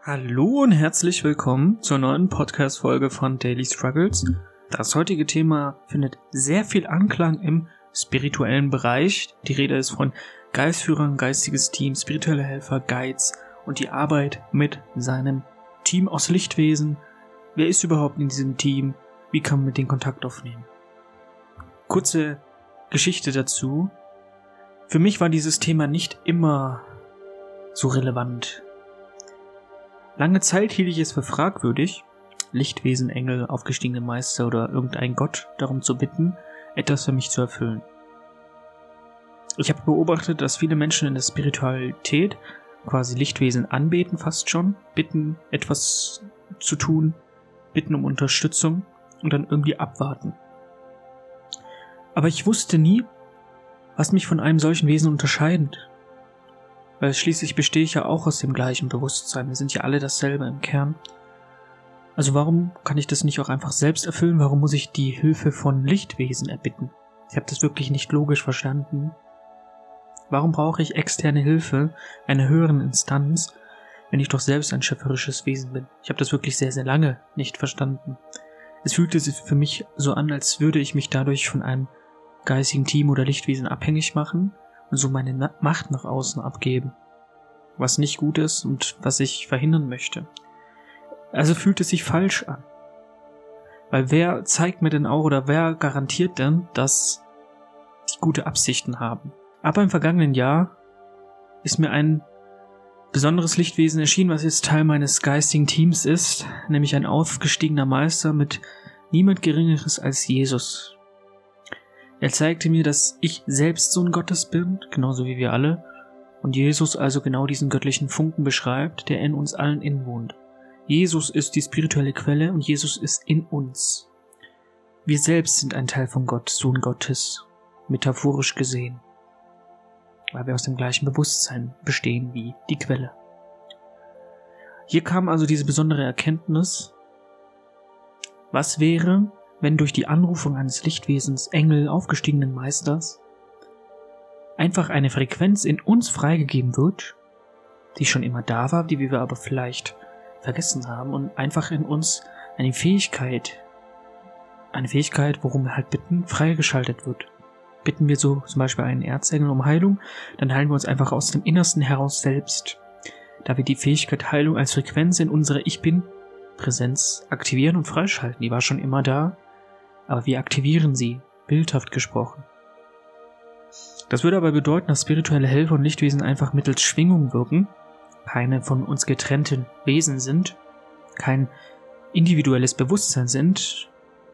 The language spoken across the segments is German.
Hallo und herzlich willkommen zur neuen Podcast-Folge von Daily Struggles. Das heutige Thema findet sehr viel Anklang im spirituellen Bereich. Die Rede ist von Geistführern, geistiges Team, spirituelle Helfer, Guides und die Arbeit mit seinem Team aus Lichtwesen. Wer ist überhaupt in diesem Team? Wie kann man mit denen Kontakt aufnehmen? Kurze Geschichte dazu. Für mich war dieses Thema nicht immer so relevant. Lange Zeit hielt ich es für fragwürdig, Lichtwesen, Engel, aufgestiegene Meister oder irgendeinen Gott darum zu bitten, etwas für mich zu erfüllen. Ich habe beobachtet, dass viele Menschen in der Spiritualität quasi Lichtwesen anbeten, fast schon, bitten, etwas zu tun, bitten um Unterstützung und dann irgendwie abwarten. Aber ich wusste nie, was mich von einem solchen Wesen unterscheidet. Weil schließlich bestehe ich ja auch aus dem gleichen Bewusstsein. Wir sind ja alle dasselbe im Kern. Also warum kann ich das nicht auch einfach selbst erfüllen? Warum muss ich die Hilfe von Lichtwesen erbitten? Ich habe das wirklich nicht logisch verstanden. Warum brauche ich externe Hilfe einer höheren Instanz, wenn ich doch selbst ein schöpferisches Wesen bin? Ich habe das wirklich sehr, sehr lange nicht verstanden. Es fühlte sich für mich so an, als würde ich mich dadurch von einem geistigen Team oder Lichtwesen abhängig machen und so meine Macht nach außen abgeben, was nicht gut ist und was ich verhindern möchte. Also fühlt es sich falsch an. Weil wer zeigt mir denn auch oder wer garantiert denn, dass die gute Absichten haben? Aber im vergangenen Jahr ist mir ein besonderes Lichtwesen erschienen, was jetzt Teil meines geistigen Teams ist, nämlich ein aufgestiegener Meister mit niemand Geringeres als Jesus. Er zeigte mir, dass ich selbst Sohn Gottes bin, genauso wie wir alle, und Jesus also genau diesen göttlichen Funken beschreibt, der in uns allen inwohnt. Jesus ist die spirituelle Quelle und Jesus ist in uns. Wir selbst sind ein Teil von Gott, Sohn Gottes, metaphorisch gesehen, weil wir aus dem gleichen Bewusstsein bestehen wie die Quelle. Hier kam also diese besondere Erkenntnis, was wäre, wenn durch die Anrufung eines Lichtwesens, Engel, aufgestiegenen Meisters, einfach eine Frequenz in uns freigegeben wird, die schon immer da war, die wir aber vielleicht vergessen haben, und einfach in uns eine Fähigkeit, worum wir halt bitten, freigeschaltet wird. Bitten wir so zum Beispiel einen Erzengel um Heilung, dann heilen wir uns einfach aus dem Innersten heraus selbst, da wir die Fähigkeit Heilung als Frequenz in unserer Ich-Bin-Präsenz aktivieren und freischalten. Die war schon immer da, aber wir aktivieren sie, bildhaft gesprochen. Das würde aber bedeuten, dass spirituelle Helfer und Lichtwesen einfach mittels Schwingung wirken, keine von uns getrennten Wesen sind, kein individuelles Bewusstsein sind,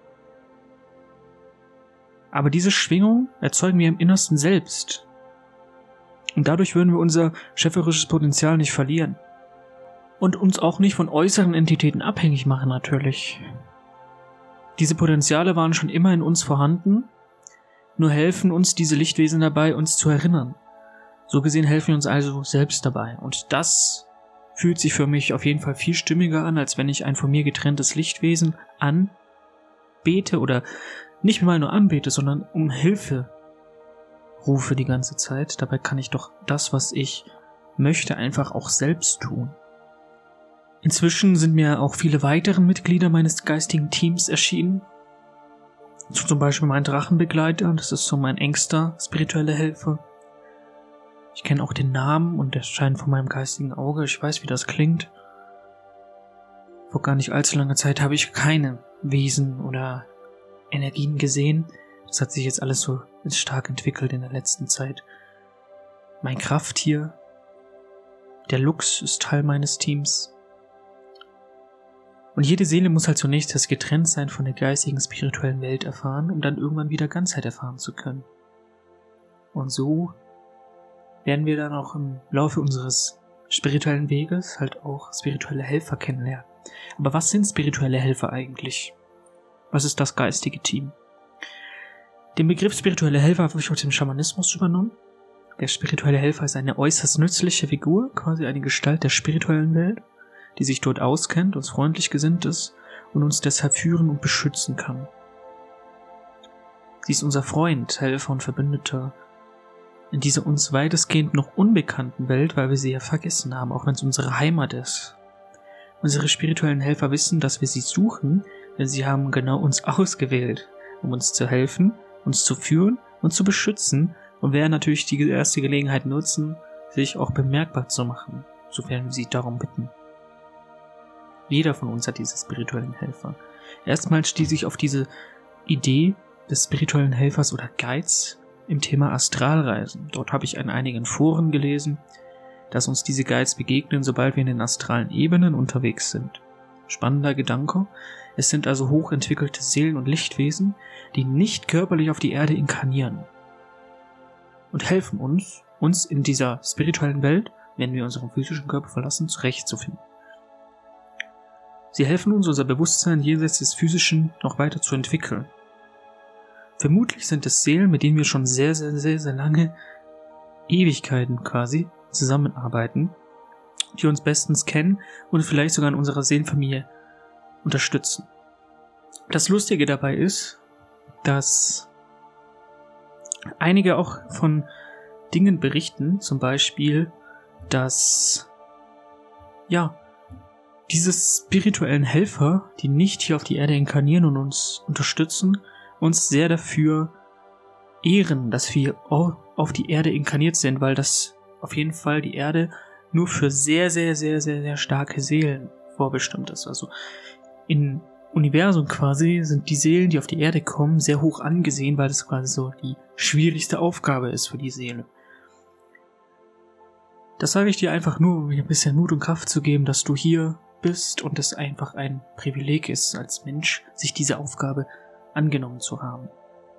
aber diese Schwingung erzeugen wir im Innersten selbst. Und dadurch würden wir unser schöpferisches Potenzial nicht verlieren. Und uns auch nicht von äußeren Entitäten abhängig machen, natürlich. Diese Potenziale waren schon immer in uns vorhanden, nur helfen uns diese Lichtwesen dabei, uns zu erinnern. So gesehen helfen wir uns also selbst dabei. Und das fühlt sich für mich auf jeden Fall viel stimmiger an, als wenn ich ein von mir getrenntes Lichtwesen anbete oder nicht mal nur anbete, sondern um Hilfe rufe die ganze Zeit. Dabei kann ich doch das, was ich möchte, einfach auch selbst tun. Inzwischen sind mir auch viele weitere Mitglieder meines geistigen Teams erschienen. So zum Beispiel mein Drachenbegleiter, das ist so mein engster spiritueller Helfer. Ich kenne auch den Namen und der scheint vor meinem geistigen Auge. Ich weiß, wie das klingt. Vor gar nicht allzu langer Zeit habe ich keine Wesen oder Energien gesehen. Das hat sich jetzt alles so stark entwickelt in der letzten Zeit. Mein Krafttier, der Lux, ist Teil meines Teams. Und jede Seele muss halt zunächst das Getrenntsein von der geistigen, spirituellen Welt erfahren, um dann irgendwann wieder Ganzheit erfahren zu können. Und so werden wir dann auch im Laufe unseres spirituellen Weges halt auch spirituelle Helfer kennenlernen. Aber was sind spirituelle Helfer eigentlich? Was ist das geistige Team? Den Begriff spirituelle Helfer habe ich aus dem Schamanismus übernommen. Der spirituelle Helfer ist eine äußerst nützliche Figur, quasi eine Gestalt der spirituellen Welt, die sich dort auskennt, uns freundlich gesinnt ist und uns deshalb führen und beschützen kann. Sie ist unser Freund, Helfer und Verbündeter in dieser uns weitestgehend noch unbekannten Welt, weil wir sie ja vergessen haben, auch wenn es unsere Heimat ist. Unsere spirituellen Helfer wissen, dass wir sie suchen, denn sie haben genau uns ausgewählt, um uns zu helfen, uns zu führen und zu beschützen und werden natürlich die erste Gelegenheit nutzen, sich auch bemerkbar zu machen, sofern wir sie darum bitten. Jeder von uns hat diese spirituellen Helfer. Erstmals stieß ich auf diese Idee des spirituellen Helfers oder Guides im Thema Astralreisen. Dort habe ich in einigen Foren gelesen, dass uns diese Guides begegnen, sobald wir in den astralen Ebenen unterwegs sind. Spannender Gedanke. Es sind also hochentwickelte Seelen und Lichtwesen, die nicht körperlich auf die Erde inkarnieren und helfen uns in dieser spirituellen Welt, wenn wir unseren physischen Körper verlassen, zurechtzufinden. Sie helfen uns, unser Bewusstsein jenseits des Physischen noch weiter zu entwickeln. Vermutlich sind es Seelen, mit denen wir schon sehr, sehr, sehr, sehr lange Ewigkeiten quasi zusammenarbeiten, die uns bestens kennen und vielleicht sogar in unserer Seelenfamilie unterstützen. Das Lustige dabei ist, dass einige auch von Dingen berichten, zum Beispiel, dass diese spirituellen Helfer, die nicht hier auf die Erde inkarnieren und uns unterstützen, uns sehr dafür ehren, dass wir auf die Erde inkarniert sind, weil das auf jeden Fall die Erde nur für sehr, sehr, sehr, sehr, sehr starke Seelen vorbestimmt ist. Also im Universum quasi sind die Seelen, die auf die Erde kommen, sehr hoch angesehen, weil das quasi so die schwierigste Aufgabe ist für die Seele. Das sage ich dir einfach nur, um dir ein bisschen Mut und Kraft zu geben, dass du hier bist und es einfach ein Privileg ist, als Mensch sich diese Aufgabe angenommen zu haben.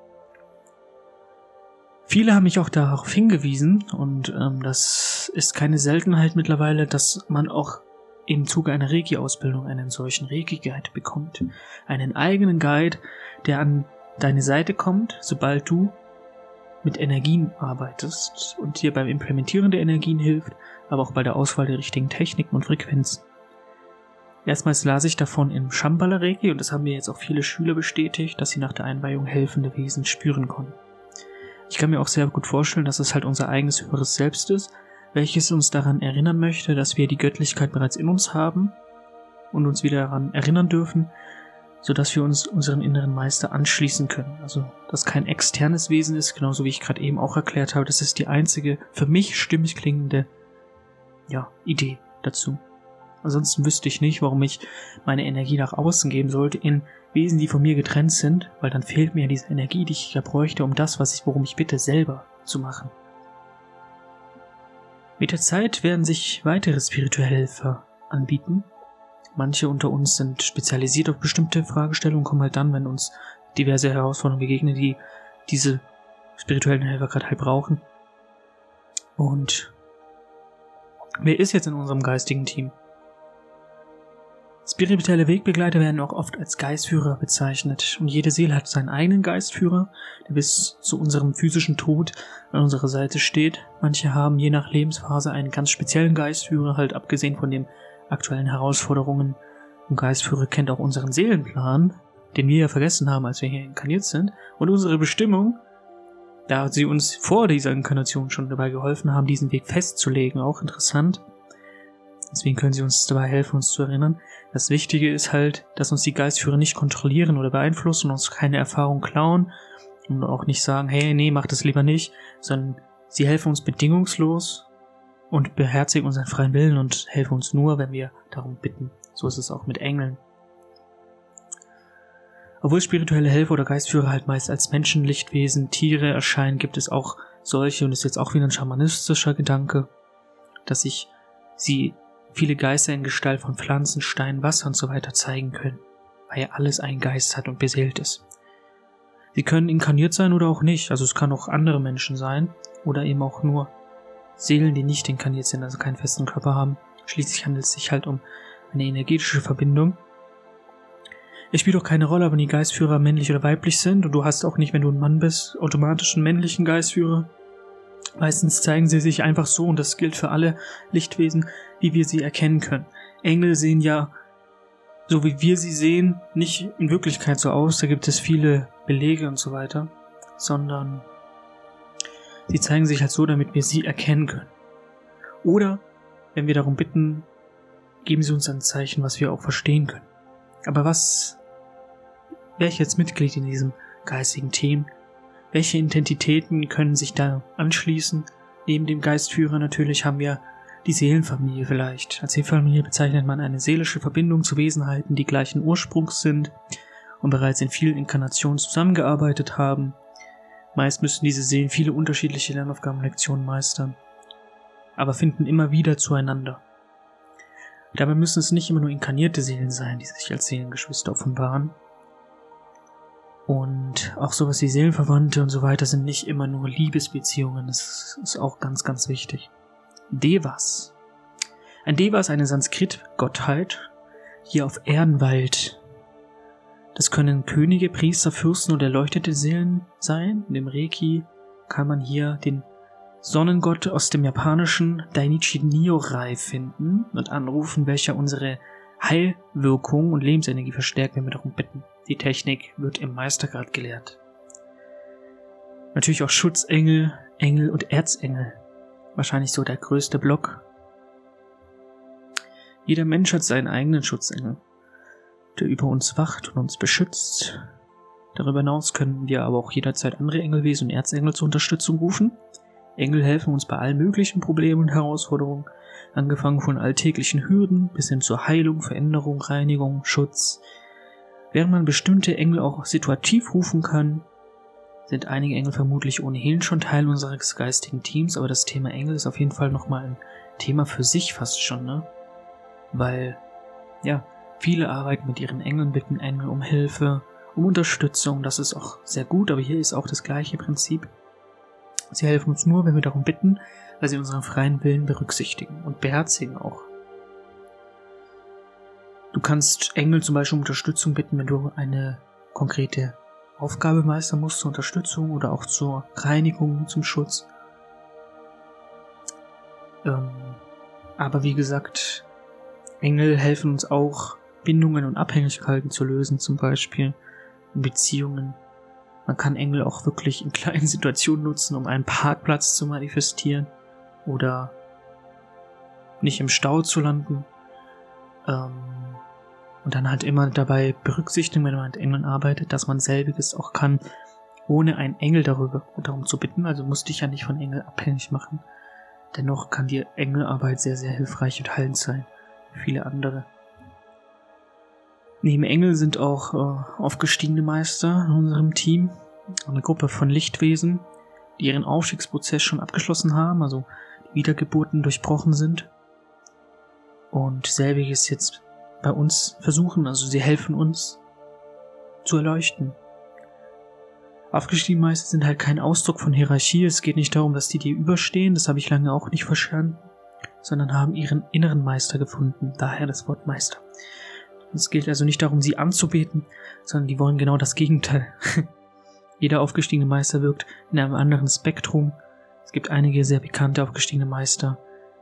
Viele haben mich auch darauf hingewiesen und das ist keine Seltenheit mittlerweile, dass man auch im Zuge einer Reiki-Ausbildung einen solchen Reiki-Guide bekommt. Einen eigenen Guide, der an deine Seite kommt, sobald du mit Energien arbeitest und dir beim Implementieren der Energien hilft, aber auch bei der Auswahl der richtigen Techniken und Frequenzen. Erstmals las ich davon im Shambhala Reiki und das haben mir jetzt auch viele Schüler bestätigt, dass sie nach der Einweihung helfende Wesen spüren konnten. Ich kann mir auch sehr gut vorstellen, dass es halt unser eigenes höheres Selbst ist, welches uns daran erinnern möchte, dass wir die Göttlichkeit bereits in uns haben und uns wieder daran erinnern dürfen, sodass wir uns unserem inneren Meister anschließen können. Also, dass kein externes Wesen ist, genauso wie ich gerade eben auch erklärt habe, das ist die einzige für mich stimmig klingende Idee dazu. Ansonsten wüsste ich nicht, warum ich meine Energie nach außen geben sollte in Wesen, die von mir getrennt sind, weil dann fehlt mir diese Energie, die ich ja bräuchte, um das, worum ich bitte, selber zu machen. Mit der Zeit werden sich weitere spirituelle Helfer anbieten. Manche unter uns sind spezialisiert auf bestimmte Fragestellungen, kommen halt dann, wenn uns diverse Herausforderungen begegnen, die diese spirituellen Helfer gerade halt brauchen. Und wer ist jetzt in unserem geistigen Team? Spirituelle Wegbegleiter werden auch oft als Geistführer bezeichnet und jede Seele hat seinen eigenen Geistführer, der bis zu unserem physischen Tod an unserer Seite steht. Manche haben je nach Lebensphase einen ganz speziellen Geistführer, halt abgesehen von den aktuellen Herausforderungen. Ein Geistführer kennt auch unseren Seelenplan, den wir ja vergessen haben, als wir hier inkarniert sind, und unsere Bestimmung, da sie uns vor dieser Inkarnation schon dabei geholfen haben, diesen Weg festzulegen. Auch interessant. Deswegen können sie uns dabei helfen, uns zu erinnern. Das Wichtige ist halt, dass uns die Geistführer nicht kontrollieren oder beeinflussen und uns keine Erfahrung klauen und auch nicht sagen, hey, nee, mach das lieber nicht, sondern sie helfen uns bedingungslos und beherzigen unseren freien Willen und helfen uns nur, wenn wir darum bitten. So ist es auch mit Engeln. Obwohl spirituelle Helfer oder Geistführer halt meist als Menschen, Lichtwesen, Tiere erscheinen, gibt es auch solche, und das ist jetzt auch wieder ein schamanistischer Gedanke, dass sich sie viele Geister in Gestalt von Pflanzen, Steinen, Wasser und so weiter zeigen können, weil ja alles einen Geist hat und beseelt ist. Sie können inkarniert sein oder auch nicht, also es kann auch andere Menschen sein oder eben auch nur Seelen, die nicht inkarniert sind, also keinen festen Körper haben. Schließlich handelt es sich halt um eine energetische Verbindung. Es spielt auch keine Rolle, ob die Geistführer männlich oder weiblich sind, und du hast auch nicht, wenn du ein Mann bist, automatisch einen männlichen Geistführer. Meistens zeigen sie sich einfach so, und das gilt für alle Lichtwesen, wie wir sie erkennen können. Engel sehen ja, so wie wir sie sehen, nicht in Wirklichkeit so aus, da gibt es viele Belege und so weiter, sondern sie zeigen sich halt so, damit wir sie erkennen können. Oder, wenn wir darum bitten, geben sie uns ein Zeichen, was wir auch verstehen können. Aber wäre ich jetzt Mitglied in diesem geistigen Team? Welche Identitäten können sich da anschließen? Neben dem Geistführer natürlich haben wir die Seelenfamilie vielleicht. Als Seelenfamilie bezeichnet man eine seelische Verbindung zu Wesenheiten, die gleichen Ursprungs sind und bereits in vielen Inkarnationen zusammengearbeitet haben. Meist müssen diese Seelen viele unterschiedliche Lernaufgabenlektionen meistern, aber finden immer wieder zueinander. Dabei müssen es nicht immer nur inkarnierte Seelen sein, die sich als Seelengeschwister offenbaren. Und auch sowas wie Seelenverwandte und so weiter sind nicht immer nur Liebesbeziehungen, das ist auch ganz, ganz wichtig. Devas. Ein Deva ist eine Sanskrit-Gottheit, hier auf Erdenwald. Das können Könige, Priester, Fürsten oder erleuchtete Seelen sein. In dem Reiki kann man hier den Sonnengott aus dem japanischen Dainichi Nyorai finden und anrufen, welcher unsere Heilwirkung und Lebensenergie verstärkt, wenn wir darum bitten. Die Technik wird im Meistergrad gelehrt. Natürlich auch Schutzengel, Engel und Erzengel. Wahrscheinlich so der größte Block. Jeder Mensch hat seinen eigenen Schutzengel, der über uns wacht und uns beschützt. Darüber hinaus können wir aber auch jederzeit andere Engelwesen und Erzengel zur Unterstützung rufen. Engel helfen uns bei allen möglichen Problemen und Herausforderungen, angefangen von alltäglichen Hürden bis hin zur Heilung, Veränderung, Reinigung, Schutz. Während man bestimmte Engel auch situativ rufen kann, sind einige Engel vermutlich ohnehin schon Teil unseres geistigen Teams, aber das Thema Engel ist auf jeden Fall nochmal ein Thema für sich fast schon, ne? Weil, ja, viele arbeiten mit ihren Engeln, bitten Engel um Hilfe, um Unterstützung, das ist auch sehr gut, aber hier ist auch das gleiche Prinzip. Sie helfen uns nur, wenn wir darum bitten, weil sie unseren freien Willen berücksichtigen und beherzigen auch. Du kannst Engel zum Beispiel um Unterstützung bitten, wenn du eine konkrete Aufgabe meistern musst, zur Unterstützung oder auch zur Reinigung, zum Schutz. Aber wie gesagt, Engel helfen uns auch, Bindungen und Abhängigkeiten zu lösen, zum Beispiel in Beziehungen. Man kann Engel auch wirklich in kleinen Situationen nutzen, um einen Parkplatz zu manifestieren oder nicht im Stau zu landen. Und dann halt immer dabei berücksichtigen, wenn man mit Engeln arbeitet, dass man selbiges auch kann, ohne einen Engel darum zu bitten. Also musst dich ja nicht von Engeln abhängig machen. Dennoch kann die Engelarbeit sehr, sehr hilfreich und heilend sein. Viele andere. Neben Engel sind auch aufgestiegene Meister in unserem Team. Eine Gruppe von Lichtwesen, die ihren Aufstiegsprozess schon abgeschlossen haben, also die Wiedergeburten durchbrochen sind. Und selbiges jetzt bei uns versuchen, also sie helfen uns zu erleuchten. Aufgestiegene Meister sind halt kein Ausdruck von Hierarchie, es geht nicht darum, dass die dir überstehen, das habe ich lange auch nicht verstanden, sondern haben ihren inneren Meister gefunden, daher das Wort Meister. Es geht also nicht darum, sie anzubeten, sondern die wollen genau das Gegenteil. Jeder aufgestiegene Meister wirkt in einem anderen Spektrum. Es gibt einige sehr bekannte aufgestiegene Meister,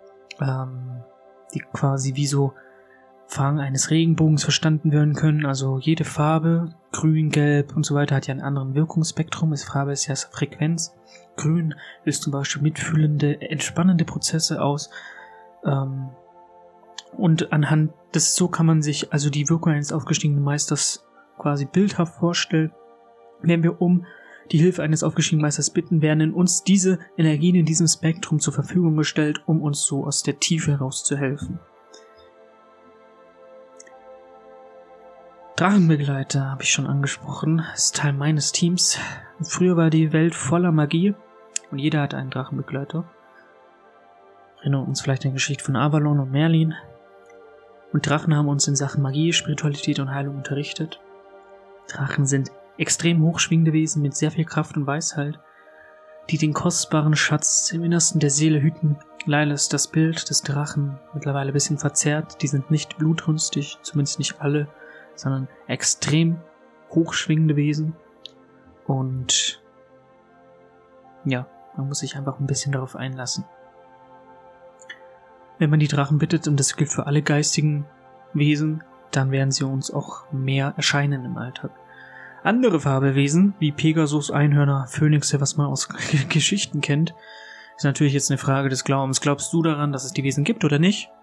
die quasi wie so Fang eines Regenbogens verstanden werden können. Also jede Farbe, grün, gelb und so weiter, hat ja einen anderen Wirkungsspektrum. Farbe ist ja Frequenz. Grün löst zum Beispiel mitfühlende, entspannende Prozesse aus. Und anhand des, so kann man sich also die Wirkung eines aufgestiegenen Meisters quasi bildhaft vorstellen. Wenn wir um die Hilfe eines aufgestiegenen Meisters bitten, werden uns diese Energien in diesem Spektrum zur Verfügung gestellt, um uns so aus der Tiefe heraus zu helfen. Drachenbegleiter habe ich schon angesprochen, ist Teil meines Teams. Früher war die Welt voller Magie und jeder hat einen Drachenbegleiter. Erinnern uns vielleicht an die Geschichte von Avalon und Merlin. Und Drachen haben uns in Sachen Magie, Spiritualität und Heilung unterrichtet. Drachen sind extrem hochschwingende Wesen mit sehr viel Kraft und Weisheit, die den kostbaren Schatz im Innersten der Seele hüten. Leider ist das Bild des Drachen mittlerweile ein bisschen verzerrt. Die sind nicht blutrünstig, zumindest nicht alle, sondern extrem hochschwingende Wesen. Und ja, man muss sich einfach ein bisschen darauf einlassen. Wenn man die Drachen bittet, und das gilt für alle geistigen Wesen, dann werden sie uns auch mehr erscheinen im Alltag. Andere Fabelwesen, wie Pegasus, Einhörner, Phönixe, was man aus Geschichten kennt, ist natürlich jetzt eine Frage des Glaubens. Glaubst du daran, dass es die Wesen gibt oder nicht?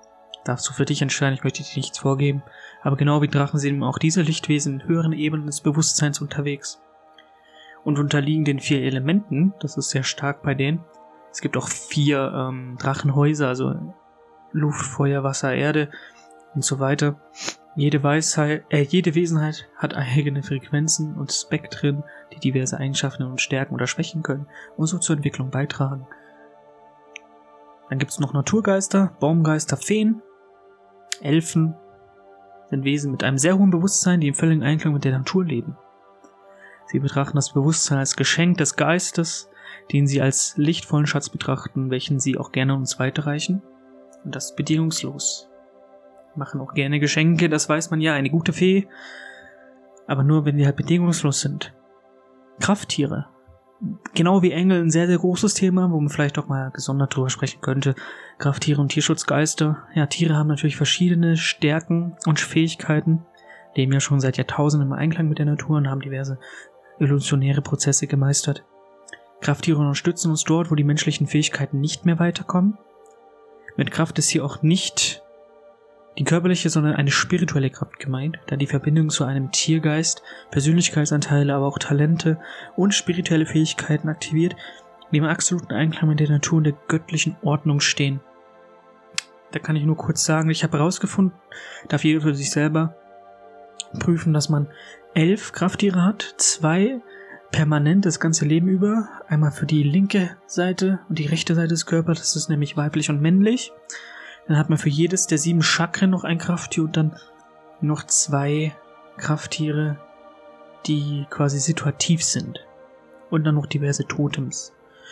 Darfst du für dich entscheiden, ich möchte dir nichts vorgeben. Aber genau wie Drachen sind auch diese Lichtwesen in höheren Ebenen des Bewusstseins unterwegs. Und unterliegen den 4 Elementen, das ist sehr stark bei denen. Es gibt auch 4 Drachenhäuser, also Luft, Feuer, Wasser, Erde und so weiter. Jede Wesenheit hat eigene Frequenzen und Spektren, die diverse Eigenschaften und Stärken oder schwächen können und so zur Entwicklung beitragen. Dann gibt es noch Naturgeister, Baumgeister, Feen, Elfen, sind Wesen mit einem sehr hohen Bewusstsein, die im völligen Einklang mit der Natur leben. Sie betrachten das Bewusstsein als Geschenk des Geistes, den sie als lichtvollen Schatz betrachten, welchen sie auch gerne uns weiterreichen. Und das bedingungslos. Machen auch gerne Geschenke, das weiß man ja, eine gute Fee. Aber nur, wenn die halt bedingungslos sind. Krafttiere. Genau wie Engel ein sehr, sehr großes Thema, wo man vielleicht auch mal gesondert drüber sprechen könnte. Krafttiere und Tierschutzgeister. Ja, Tiere haben natürlich verschiedene Stärken und Fähigkeiten, leben ja schon seit Jahrtausenden im Einklang mit der Natur und haben diverse evolutionäre Prozesse gemeistert. Krafttiere unterstützen uns dort, wo die menschlichen Fähigkeiten nicht mehr weiterkommen. Mit Kraft ist hier auch nicht die körperliche, sondern eine spirituelle Kraft gemeint, da die Verbindung zu einem Tiergeist Persönlichkeitsanteile, aber auch Talente und spirituelle Fähigkeiten aktiviert, die im absoluten Einklang mit der Natur und der göttlichen Ordnung stehen. Da kann ich nur kurz sagen, ich habe herausgefunden, darf jeder für sich selber prüfen, dass man 11 Krafttiere hat, 2 permanent das ganze Leben über, einmal für die linke Seite und die rechte Seite des Körpers, das ist nämlich weiblich und männlich. Dann hat man für jedes der 7 Chakren noch ein Krafttier und dann noch 2 Krafttiere, die quasi situativ sind. Und dann noch diverse Totems.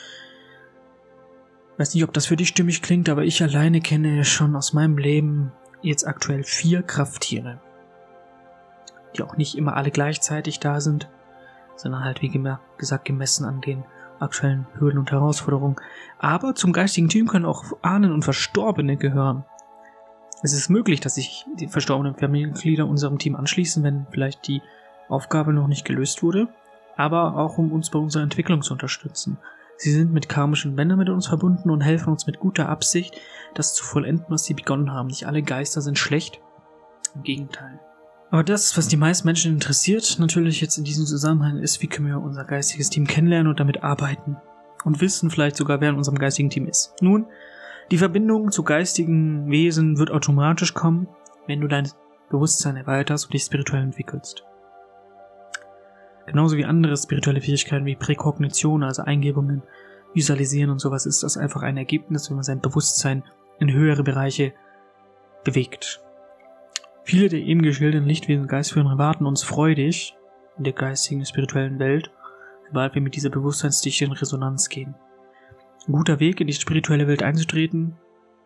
Weiß nicht, ob das für dich stimmig klingt, aber ich alleine kenne schon aus meinem Leben jetzt aktuell 4 Krafttiere. Die auch nicht immer alle gleichzeitig da sind, sondern halt wie gesagt gemessen an den aktuellen Hürden und Herausforderungen. Aber zum geistigen Team können auch Ahnen und Verstorbene gehören. Es ist möglich, dass sich die verstorbenen Familienmitglieder unserem Team anschließen, wenn vielleicht die Aufgabe noch nicht gelöst wurde, aber auch um uns bei unserer Entwicklung zu unterstützen. Sie sind mit karmischen Bändern mit uns verbunden und helfen uns mit guter Absicht, das zu vollenden, was sie begonnen haben. Nicht alle Geister sind schlecht, im Gegenteil. Aber das, was die meisten Menschen interessiert, natürlich jetzt in diesem Zusammenhang ist, wie können wir unser geistiges Team kennenlernen und damit arbeiten und wissen vielleicht sogar, wer in unserem geistigen Team ist. Nun, die Verbindung zu geistigen Wesen wird automatisch kommen, wenn du dein Bewusstsein erweiterst und dich spirituell entwickelst. Genauso wie andere spirituelle Fähigkeiten wie Präkognition, also Eingebungen, Visualisieren und sowas, ist das einfach ein Ergebnis, wenn man sein Bewusstsein in höhere Bereiche bewegt. Viele der eben geschilderten Lichtwesen und Geistführer erwarten uns freudig in der geistigen, spirituellen Welt, sobald wir mit dieser Bewusstseinsdichte in Resonanz gehen. Ein guter Weg, in die spirituelle Welt einzutreten,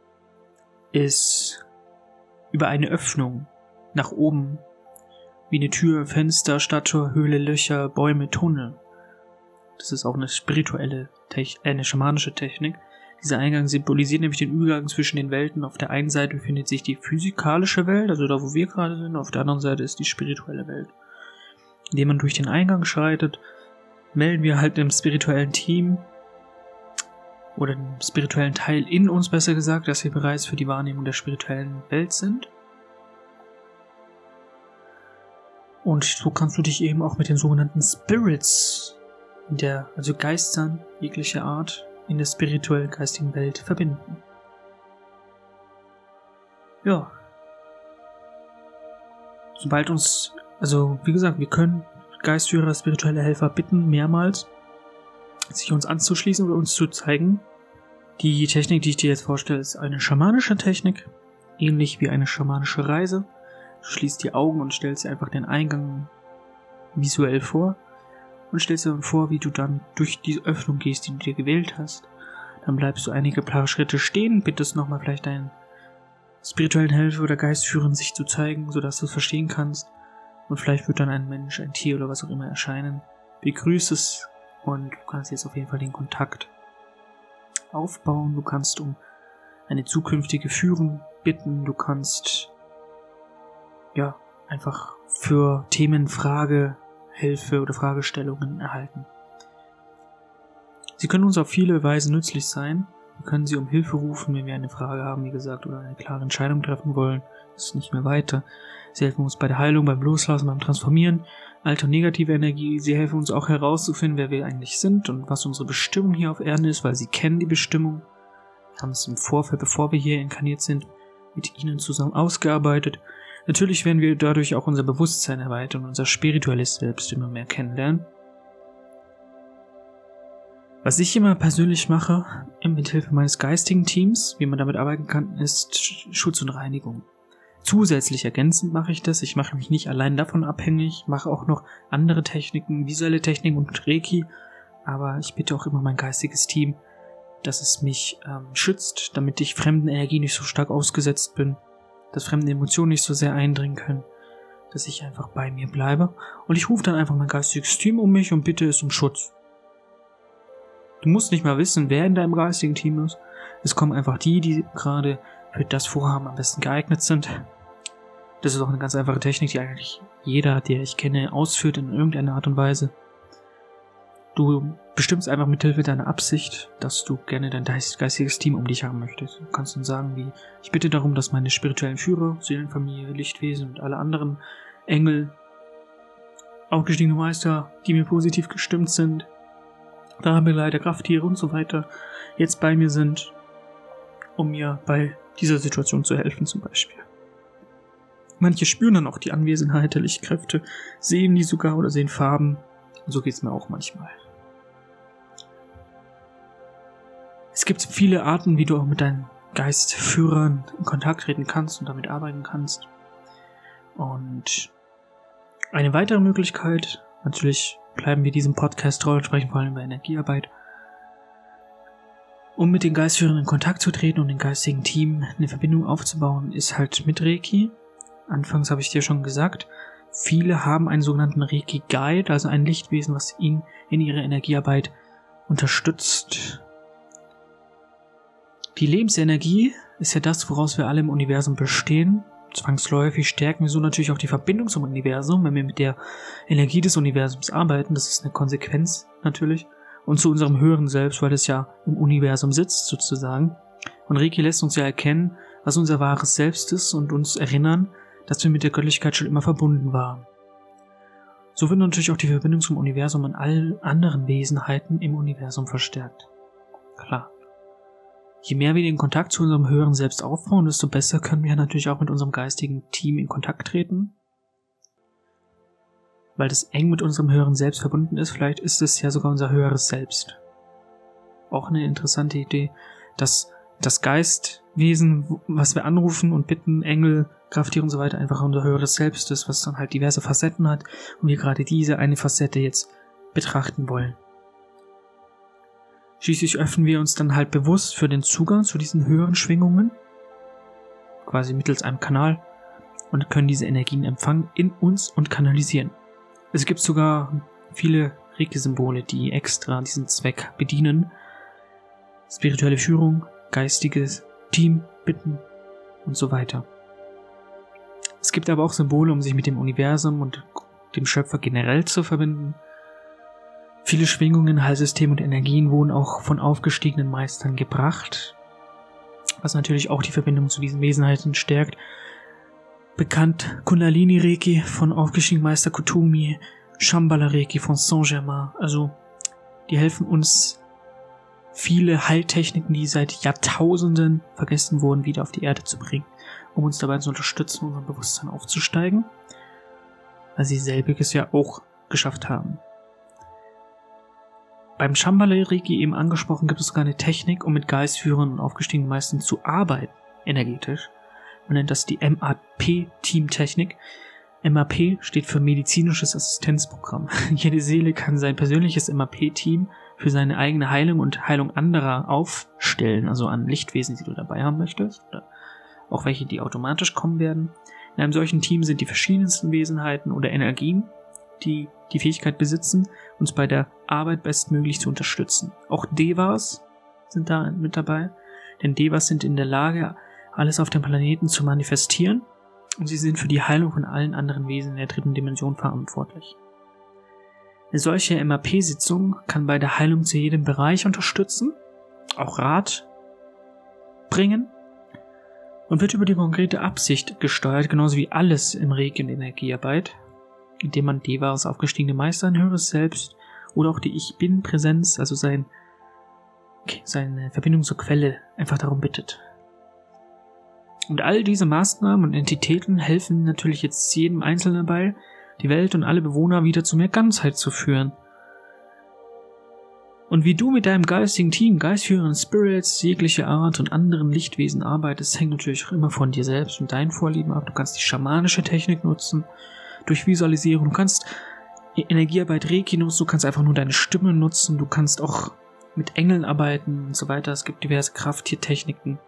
ist über eine Öffnung nach oben, wie eine Tür, Fenster, Statue, Höhle, Löcher, Bäume, Tunnel. Das ist auch eine spirituelle, eine schamanische Technik. Dieser Eingang symbolisiert nämlich den Übergang zwischen den Welten. Auf der einen Seite befindet sich die physikalische Welt, also da, wo wir gerade sind, auf der anderen Seite ist die spirituelle Welt. Indem man durch den Eingang schreitet, melden wir halt dem spirituellen Team oder dem spirituellen Teil in uns, besser gesagt, dass wir bereits für die Wahrnehmung der spirituellen Welt sind. Und so kannst du dich eben auch mit den sogenannten Spirits, also Geistern jeglicher Art, in der spirituellen geistigen Welt verbinden. Ja. Sobald uns, also wie gesagt, wir können Geistführer, spirituelle Helfer bitten, mehrmals sich uns anzuschließen oder uns zu zeigen. Die Technik, die ich dir jetzt vorstelle, ist eine schamanische Technik, ähnlich wie eine schamanische Reise. Du schließt die Augen und stellst dir einfach den Eingang visuell vor und stellst dir dann vor, wie du dann durch diese Öffnung gehst, die du dir gewählt hast. Dann bleibst du einige paar Schritte stehen, bittest nochmal vielleicht deinen spirituellen Helfer oder Geistführer sich zu zeigen, sodass du es verstehen kannst. Und vielleicht wird dann ein Mensch, ein Tier oder was auch immer erscheinen. Begrüß es und du kannst jetzt auf jeden Fall den Kontakt aufbauen. Du kannst um eine zukünftige Führung bitten. Du kannst einfach für Themen Hilfe oder Fragestellungen erhalten. Sie können uns auf viele Weise nützlich sein. Wir können sie um Hilfe rufen, wenn wir eine Frage haben, wie gesagt, oder eine klare Entscheidung treffen wollen. Das ist nicht mehr weiter. Sie helfen uns bei der Heilung, beim Loslassen, beim Transformieren. Alte und negative Energie, sie helfen uns auch herauszufinden, wer wir eigentlich sind und was unsere Bestimmung hier auf Erden ist, weil sie kennen die Bestimmung. Wir haben es im Vorfeld, bevor wir hier inkarniert sind, mit ihnen zusammen ausgearbeitet. Natürlich werden wir dadurch auch unser Bewusstsein erweitern und unser spirituelles Selbst immer mehr kennenlernen. Was ich immer persönlich mache, mit Hilfe meines geistigen Teams, wie man damit arbeiten kann, ist Schutz und Reinigung. Zusätzlich ergänzend mache ich das. Ich mache mich nicht allein davon abhängig, mache auch noch andere Techniken, visuelle Techniken und Reiki. Aber ich bitte auch immer mein geistiges Team, dass es mich schützt, damit ich fremden Energien nicht so stark ausgesetzt bin, dass fremde Emotionen nicht so sehr eindringen können, dass ich einfach bei mir bleibe. Und ich rufe dann einfach mein geistiges Team um mich und bitte es um Schutz. Du musst nicht mal wissen, wer in deinem geistigen Team ist. Es kommen einfach die gerade für das Vorhaben am besten geeignet sind. Das ist auch eine ganz einfache Technik, die eigentlich jeder, der ich kenne, ausführt in irgendeiner Art und Weise. Du bestimmst einfach mit Hilfe deiner Absicht, dass du gerne dein geistiges Team um dich haben möchtest. Du kannst dann sagen wie, ich bitte darum, dass meine spirituellen Führer, Seelenfamilie, Lichtwesen und alle anderen Engel, aufgestiegene Meister, die mir positiv gestimmt sind, Rahmenbegleiter, Krafttiere und so weiter, jetzt bei mir sind, um mir bei dieser Situation zu helfen zum Beispiel. Manche spüren dann auch die Anwesenheit der Lichtkräfte, sehen die sogar oder sehen Farben. Und so geht's mir auch manchmal. Es gibt viele Arten, wie du auch mit deinen Geistführern in Kontakt treten kannst und damit arbeiten kannst. Und eine weitere Möglichkeit, natürlich bleiben wir diesem Podcast treu und sprechen vor allem über Energiearbeit, um mit den Geistführern in Kontakt zu treten und dem geistigen Team eine Verbindung aufzubauen, ist halt mit Reiki. Anfangs habe ich dir schon gesagt, viele haben einen sogenannten Reiki-Guide, also ein Lichtwesen, was ihn in ihrer Energiearbeit unterstützt. Die Lebensenergie ist ja das, woraus wir alle im Universum bestehen. Zwangsläufig stärken wir so natürlich auch die Verbindung zum Universum, wenn wir mit der Energie des Universums arbeiten. Das ist eine Konsequenz natürlich. Und zu unserem höheren Selbst, weil es ja im Universum sitzt sozusagen. Und Reiki lässt uns ja erkennen, was unser wahres Selbst ist und uns erinnern, dass wir mit der Göttlichkeit schon immer verbunden waren. So wird natürlich auch die Verbindung zum Universum und allen anderen Wesenheiten im Universum verstärkt. Klar. Je mehr wir den Kontakt zu unserem höheren Selbst aufbauen, desto besser können wir natürlich auch mit unserem geistigen Team in Kontakt treten. Weil das eng mit unserem höheren Selbst verbunden ist, vielleicht ist es ja sogar unser höheres Selbst. Auch eine interessante Idee, dass das Geistwesen, was wir anrufen und bitten, Engel, Krafttiere und so weiter, einfach unser höheres Selbst ist, was dann halt diverse Facetten hat und wir gerade diese eine Facette jetzt betrachten wollen. Schließlich öffnen wir uns dann halt bewusst für den Zugang zu diesen höheren Schwingungen, quasi mittels einem Kanal, und können diese Energien empfangen in uns und kanalisieren. Es gibt sogar viele Reiki-Symbole, die extra diesen Zweck bedienen. Spirituelle Führung, geistiges Team, Bitten und so weiter. Es gibt aber auch Symbole, um sich mit dem Universum und dem Schöpfer generell zu verbinden. Viele Schwingungen, Heilsysteme und Energien wurden auch von aufgestiegenen Meistern gebracht, was natürlich auch die Verbindung zu diesen Wesenheiten stärkt. Bekannt Kundalini-Reiki von aufgestiegenen Meister Kuthumi, Shambhala-Reiki von Saint-Germain. Also die helfen uns, viele Heiltechniken, die seit Jahrtausenden vergessen wurden, wieder auf die Erde zu bringen, um uns dabei zu unterstützen, unser Bewusstsein aufzusteigen, weil sie selbiges ja auch geschafft haben. Beim Shambhala-Reiki eben angesprochen gibt es sogar eine Technik, um mit Geistführern und aufgestiegenen Meistern zu arbeiten, energetisch. Man nennt das die MAP-Team-Technik. MAP steht für Medizinisches Assistenzprogramm. Jede Seele kann sein persönliches MAP-Team für seine eigene Heilung und Heilung anderer aufstellen, also an Lichtwesen, die du dabei haben möchtest, oder auch welche, die automatisch kommen werden. In einem solchen Team sind die verschiedensten Wesenheiten oder Energien, die die Fähigkeit besitzen, uns bei der Arbeit bestmöglich zu unterstützen. Auch Devas sind da mit dabei, denn Devas sind in der Lage, alles auf dem Planeten zu manifestieren, und sie sind für die Heilung von allen anderen Wesen in der dritten Dimension verantwortlich. Eine solche MAP-Sitzung kann bei der Heilung zu jedem Bereich unterstützen, auch Rat bringen und wird über die konkrete Absicht gesteuert, genauso wie alles im Reiki und Energiearbeit, indem man Devas, aufgestiegene Meister, ein höheres Selbst oder auch die Ich-Bin-Präsenz, also seine Verbindung zur Quelle, einfach darum bittet. Und all diese Maßnahmen und Entitäten helfen natürlich jetzt jedem Einzelnen dabei, die Welt und alle Bewohner wieder zu mehr Ganzheit zu führen. Und wie du mit deinem geistigen Team, geistführenden Spirits, jegliche Art und anderen Lichtwesen arbeitest, hängt natürlich auch immer von dir selbst und deinen Vorlieben ab. Du kannst die schamanische Technik nutzen, durch Visualisierung, du kannst Energiearbeit Reiki nutzen, du kannst einfach nur deine Stimme nutzen, du kannst auch mit Engeln arbeiten und so weiter. Es gibt diverse Krafttiertechniken.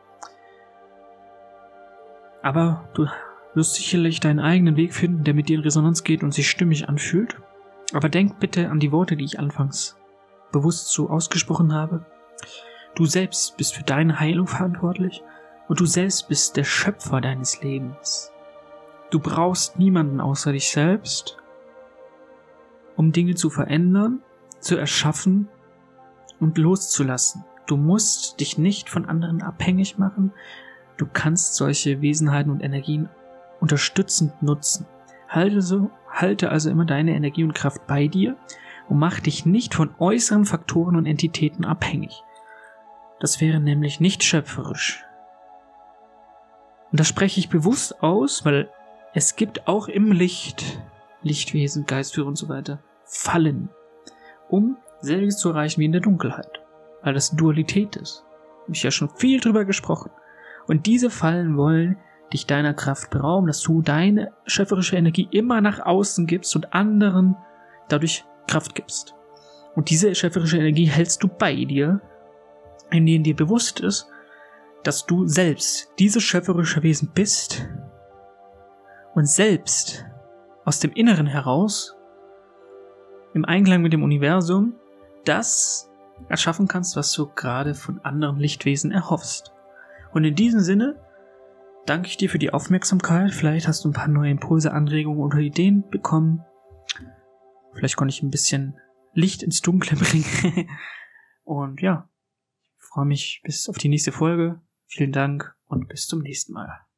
Aber du wirst sicherlich deinen eigenen Weg finden, der mit dir in Resonanz geht und sich stimmig anfühlt. Aber denk bitte an die Worte, die ich anfangs bewusst so ausgesprochen habe. Du selbst bist für deine Heilung verantwortlich und du selbst bist der Schöpfer deines Lebens. Du brauchst niemanden außer dich selbst, um Dinge zu verändern, zu erschaffen und loszulassen. Du musst dich nicht von anderen abhängig machen. Du kannst solche Wesenheiten und Energien unterstützend nutzen. Halte also immer deine Energie und Kraft bei dir und mach dich nicht von äußeren Faktoren und Entitäten abhängig. Das wäre nämlich nicht schöpferisch. Und das spreche ich bewusst aus, weil es gibt auch im Lichtwesen, Geistführer und so weiter, Fallen, um selbiges zu erreichen wie in der Dunkelheit, weil das Dualität ist. Habe ich ja schon viel drüber gesprochen. Und diese Fallen wollen dich deiner Kraft berauben, dass du deine schöpferische Energie immer nach außen gibst und anderen dadurch Kraft gibst. Und diese schöpferische Energie hältst du bei dir, indem dir bewusst ist, dass du selbst dieses schöpferische Wesen bist und selbst aus dem Inneren heraus, im Einklang mit dem Universum, das erschaffen kannst, was du gerade von anderen Lichtwesen erhoffst. Und in diesem Sinne danke ich dir für die Aufmerksamkeit. Vielleicht hast du ein paar neue Impulse, Anregungen oder Ideen bekommen. Vielleicht konnte ich ein bisschen Licht ins Dunkle bringen. Und ja, ich freue mich bis auf die nächste Folge. Vielen Dank und bis zum nächsten Mal.